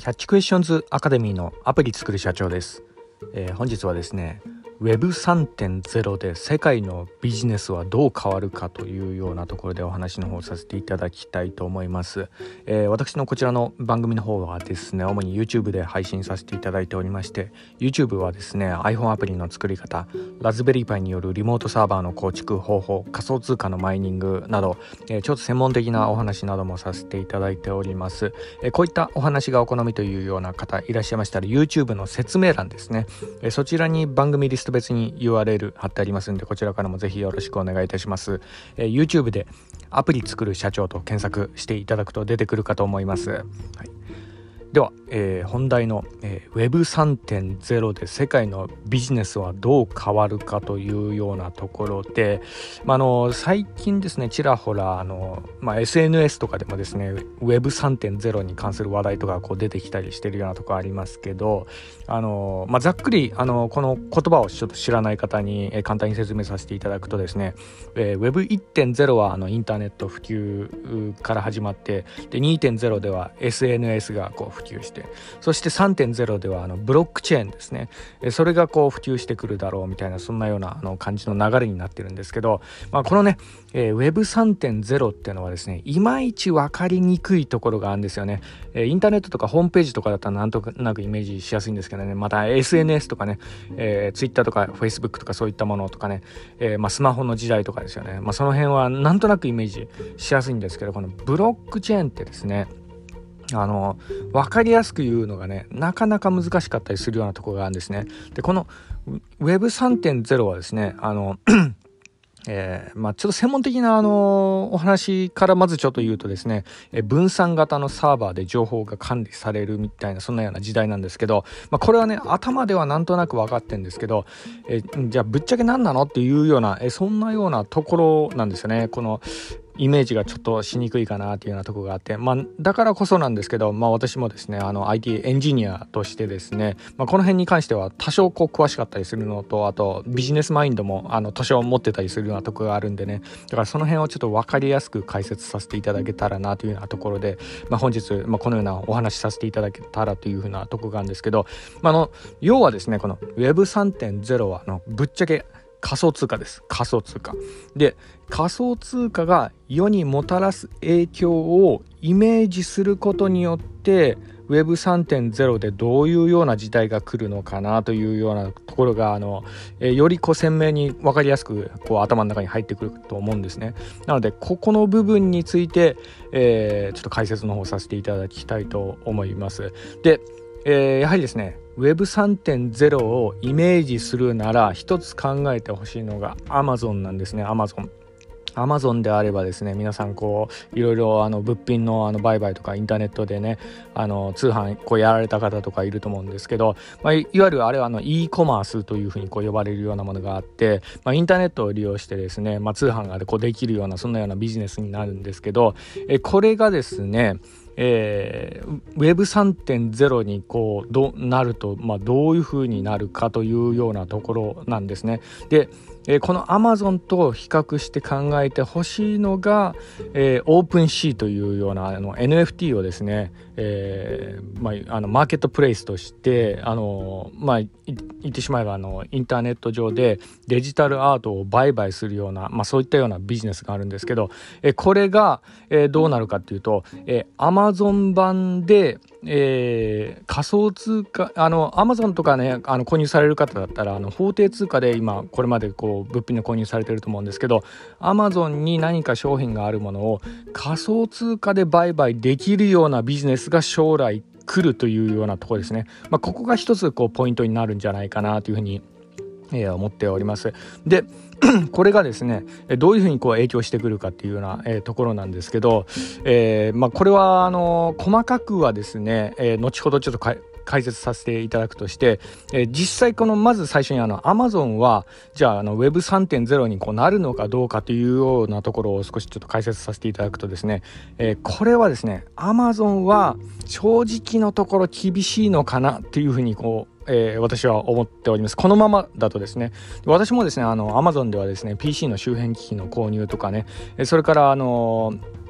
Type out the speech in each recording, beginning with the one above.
キャッチクエスチョンズアカデミーのアプリ作る社長です。本日はですね Web3.0 で世界のビジネスはどう変わるかというようなところでお話の方させていただきたいと思います。私のこちらの番組の方はですね主に YouTube で配信させていただいておりまして、 YouTube はですね iPhone アプリの作り方、ラズベリーパイによるリモートサーバーの構築方法、仮想通貨のマイニングなど、ちょっと専門的なお話などもさせていただいております。こういったお話がお好みというような方いらっしゃいましたら YouTube の説明欄ですね、そちらに番組リスト別に URL 貼ってありますので、こちらからもぜひよろしくお願いいたします。YouTube でアプリ作る社長と検索していただくと出てくるかと思います。はい、では、本題の、Web3.0 で世界のビジネスはどう変わるかというようなところで、最近ですねちらほらSNS とかでもですね Web3.0 に関する話題とか出てきたりしてるようなところありますけど、ざっくりこの言葉をちょっと知らない方に、簡単に説明させていただくとですね、Web1.0 はインターネット普及から始まって、で 2.0 では SNS が普及して、そして 3.0 ではブロックチェーンですね、それが普及してくるだろうみたいな、そんなような感じの流れになってるんですけど、このね、Web3.0 っていうのはですねいまいち分かりにくいところがあるんですよね。インターネットとかホームページとかだったらなんとなくイメージしやすいんですけどね、また SNS とかね、Twitter とか Facebook とかそういったものとかね、スマホの時代とかですよね、その辺はなんとなくイメージしやすいんですけど、このブロックチェーンってですね分かりやすく言うのがねなかなか難しかったりするようなところがあるんですね。でこの Web3.0 はですねちょっと専門的なお話からまずちょっと言うとですね、分散型のサーバーで情報が管理されるみたいな、そんなような時代なんですけど、これはね頭ではなんとなく分かってるんですけど、じゃあぶっちゃけ何なのっていうようなそんなようなところなんですよね。このイメージがちょっとしにくいかなっていうようなところがあって、だからこそなんですけど、私もですねIT エンジニアとしてですね、この辺に関しては多少詳しかったりするのと、あとビジネスマインドも多少持ってたりするようなところがあるんでね、だからその辺をちょっと分かりやすく解説させていただけたらなというようなところで、本日、このようなお話しさせていただけたらというふうなところがあるんですけど、要はですねこの Web3.0 はぶっちゃけ仮想通貨です。仮想通貨で、仮想通貨が世にもたらす影響をイメージすることによって Web3.0 でどういうような時代が来るのかなというようなところがより鮮明に分かりやすく頭の中に入ってくると思うんですね。なのでここの部分について、ちょっと解説の方させていただきたいと思います。でやはりですね Web3.0 をイメージするなら一つ考えてほしいのが Amazon なんですね。Amazon であればですね、皆さんいろいろ物品の売買とかインターネットでね通販やられた方とかいると思うんですけど、いわゆるあれはe コマースというふうに呼ばれるようなものがあって、インターネットを利用してですね、通販ができるようなそんなようなビジネスになるんですけど、これがですねWeb3.0 になると、どういうふうになるかというようなところなんですね。でこの Amazon と比較して考えてほしいのが、OpenSea というようなNFT をですね、マーケットプレイスとして言ってしまえばインターネット上でデジタルアートを売買するような、そういったようなビジネスがあるんですけど、これが、どうなるかっていうと、Amazon 版で仮想通貨Amazon とかね購入される方だったら法定通貨で今これまで物品で購入されてると思うんですけど、 Amazon に何か商品があるものを仮想通貨で売買できるようなビジネスが将来来るというようなところですね。ここが一つポイントになるんじゃないかなというふうに思っております。でこれがですねどういうふうに影響してくるかっていうような、ところなんですけど、これは細かくはですね、後ほどちょっと解説させていただくとして、実際まず最初にAmazon はじゃあWeb3.0 になるのかどうかというようなところを少しちょっと解説させていただくとですね、これはですね Amazon は正直のところ厳しいのかなっていうふうに私は思っております。このままだとですね、私もですねAmazon ではですね PC の周辺機器の購入とかね、それから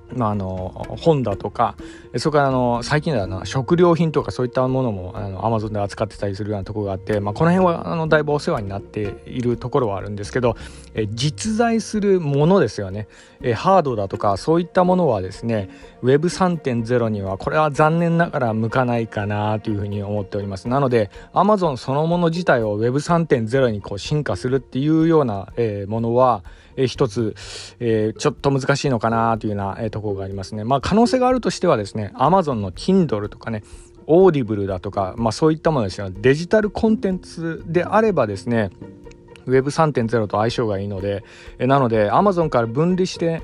本だとか、それから最近では食料品とかそういったものもAmazon で扱ってたりするようなところがあって、この辺はだいぶお世話になっているところはあるんですけど、実在するものですよね、ハードだとかそういったものはですね Web3.0 にはこれは残念ながら向かないかなというふうに思っております。なので Amazon そのもの自体を Web3.0 に進化するっていうようなものは一つ、ちょっと難しいのかなというようなところがありますね。可能性があるとしてはですね Amazon の Kindle とかね、オーディブルだとか、そういったものですよ。デジタルコンテンツであればですねWeb3.0 と相性がいいので、なので Amazon から分離して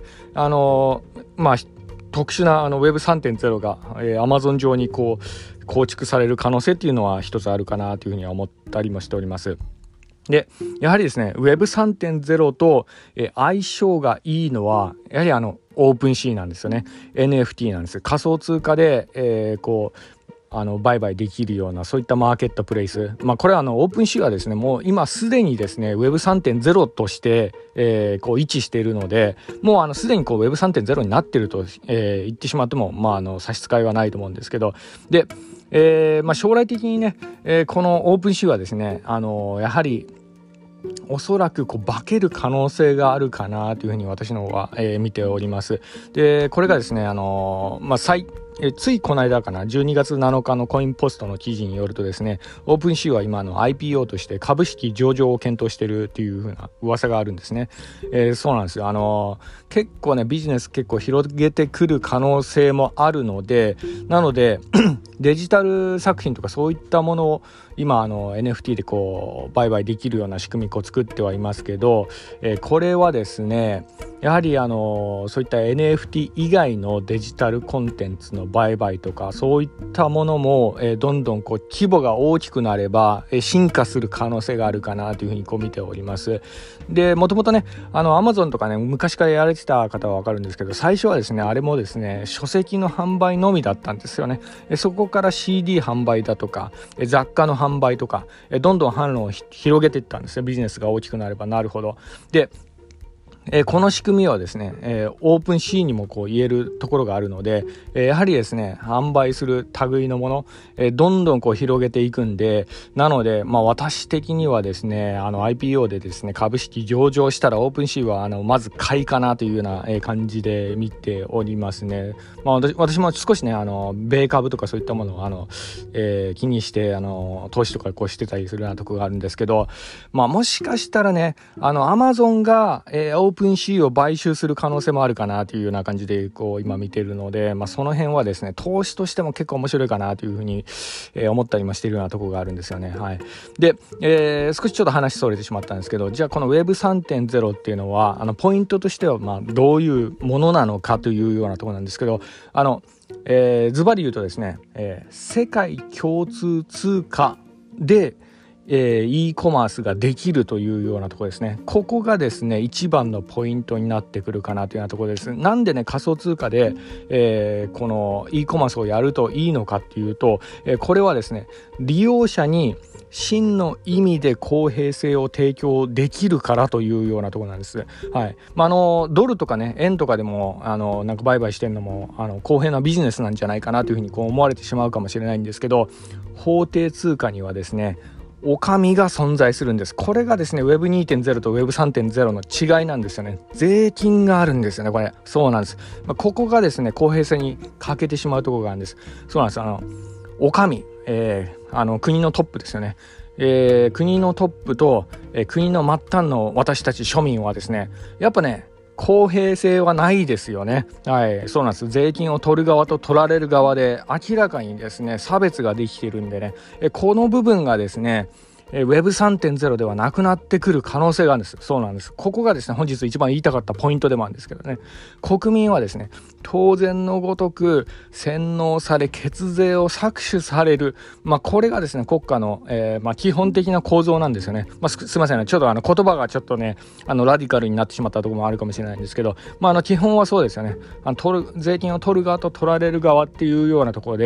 特殊なWeb3.0 が、Amazon 上に構築される可能性っていうのは一つあるかなというふうには思ったりもしております。でやはりですね Web3.0 と、相性がいいのはやはりオープンシーなんですよね。 NFT なんです。仮想通貨で、売買できるようなそういったマーケットプレイス、これはオープンシーはですねもう今すでにですね Web3.0 として、位置しているので、もうすでにWeb3.0 になっていると、言ってしまっても、差し支えはないと思うんですけど、で将来的にね、このオープンシーはですねやはりおそらく化ける可能性があるかなというふうに私の方は、見ております。でこれがですねついこの間かな12月7日のコインポストの記事によるとですねオープンシーは今IPO として株式上場を検討しているっていう風な噂があるんですね。そうなんですよ。結構ねビジネス結構広げてくる可能性もあるので、なのでデジタル作品とかそういったものを今NFT で売買できるような仕組みを作ってはいますけど、これはですねやはりそういった NFT 以外のデジタルコンテンツの売買とかそういったものも、どんどん規模が大きくなれば、進化する可能性があるかなというふうに見ております。でもともとねAmazon とかね昔からやられてた方は分かるんですけど、最初はですねあれもですね書籍の販売のみだったんですよね。そこから CD 販売だとか雑貨の販売とかどんどん販路を広げていったんですよ。ビジネスが大きくなればなるほど。でこの仕組みはですね、オープンシーにも言えるところがあるので、やはりですね販売する類のもの、どんどん広げていくんで、なので私的にはですねIPO でですね株式上場したらオープンシーはまず買いかなというような感じで見ておりますね。私も少しね米株とかそういったものを気にして投資とかしてたりするようなところがあるんですけど、もしかしたらねAmazon が、オープンシーを買収する可能性もあるかなというような感じで今見ているので、その辺はですね投資としても結構面白いかなというふうに、思ったりもしているようなところがあるんですよね。はい。で、少しちょっと話それてしまったんですけど、じゃあこの Web3.0 っていうのはポイントとしてはどういうものなのかというようなところなんですけど、ズバリ言うとですね、世界共通通貨でe コマースができるというようなところですね。ここがですね一番のポイントになってくるかなというようなところです。なんでね仮想通貨で、この e コマースをやるといいのかっていうと、これはですね利用者に真の意味で公平性を提供できるからというようなところなんです。はい。ドルとかね円とかでもなんか売買してるのも公平なビジネスなんじゃないかなというふうに思われてしまうかもしれないんですけど、法定通貨にはですねお上が存在するんです。これがですね Web2.0 と Web3.0 の違いなんですよね。税金があるんですよねこれ。そうなんです。ここがですね公平性に欠けてしまうところがあるんです。そうなんです。お上、国のトップですよね。国のトップと、国の末端の私たち庶民はですねやっぱね公平性はないですよね。はい、そうなんです。税金を取る側と取られる側で明らかにですね差別ができているんでね、この部分がですねWeb3.0 ではなくなってくる可能性があるんです。そうなんです。ここがですね本日一番言いたかったポイントでもあるんですけどね、国民はですね当然のごとく洗脳され血税を搾取される、これがですね国家の、基本的な構造なんですよね。すいませんねちょっと言葉がちょっとねラディカルになってしまったところもあるかもしれないんですけど、基本はそうですよね。税金を取る側と取られる側っていうようなところで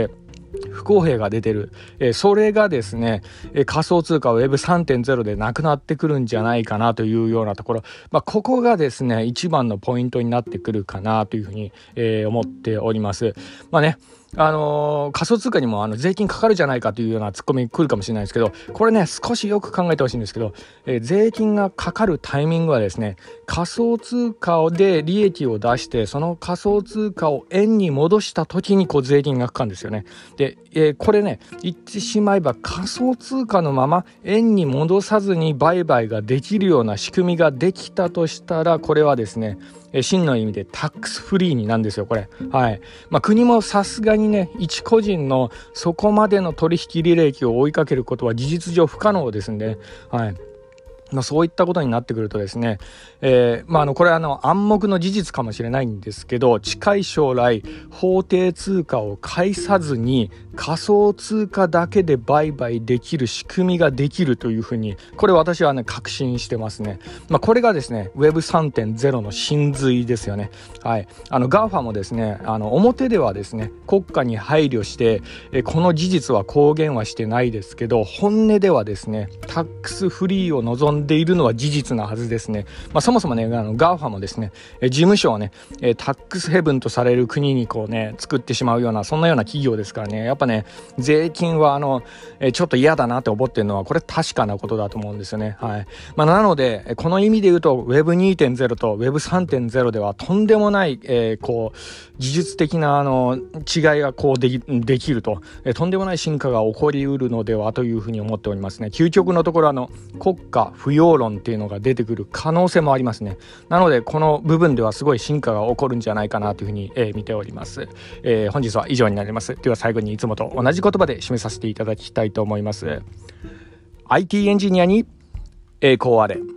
不公平が出てる、それがですね、仮想通貨 Web3.0 でなくなってくるんじゃないかなというようなところ、ここがですね一番のポイントになってくるかなというふうに、思っております。仮想通貨にも税金かかるじゃないかというようなツッコミ来るかもしれないですけど、これね少しよく考えてほしいんですけど、税金がかかるタイミングはですね、仮想通貨で利益を出してその仮想通貨を円に戻した時に税金がかかるんですよね。で、これね言ってしまえば仮想通貨のまま円に戻さずに売買ができるような仕組みができたとしたら、これはですね真の意味でタックスフリーになんですよ、これ。はい。国もさすがにね、一個人のそこまでの取引履歴を追いかけることは事実上不可能ですんで、はい。そういったことになってくるとですね、これは暗黙の事実かもしれないんですけど、近い将来法定通貨を介さずに仮想通貨だけで売買できる仕組みができるというふうに、これ私はね確信してますね。これがですね Web3.0 の真髄ですよね。はい。GAFA もですね表ではですね国家に配慮してこの事実は公言はしてないですけど、本音ではですねタックスフリーを望んでいるのは事実なはずですね。そもそもねGAFA もですね事務所をねタックスヘブンとされる国に作ってしまうような、そんなような企業ですからね、やっぱね税金はちょっと嫌だなって思ってるのはこれ確かなことだと思うんですよね。はい。なのでこの意味で言うと Web2.0 と Web3.0 ではとんでもない技術的な違いができると、とんでもない進化が起こりうるのではというふうに思っておりますね。究極のところ国家不要論っていうのが出てくる可能性もありますね。なのでこの部分ではすごい進化が起こるんじゃないかなというふうに、見ております。本日は以上になります。では最後にいつもと同じ言葉で締めさせていただきたいと思います。IT エンジニアに栄光あれ。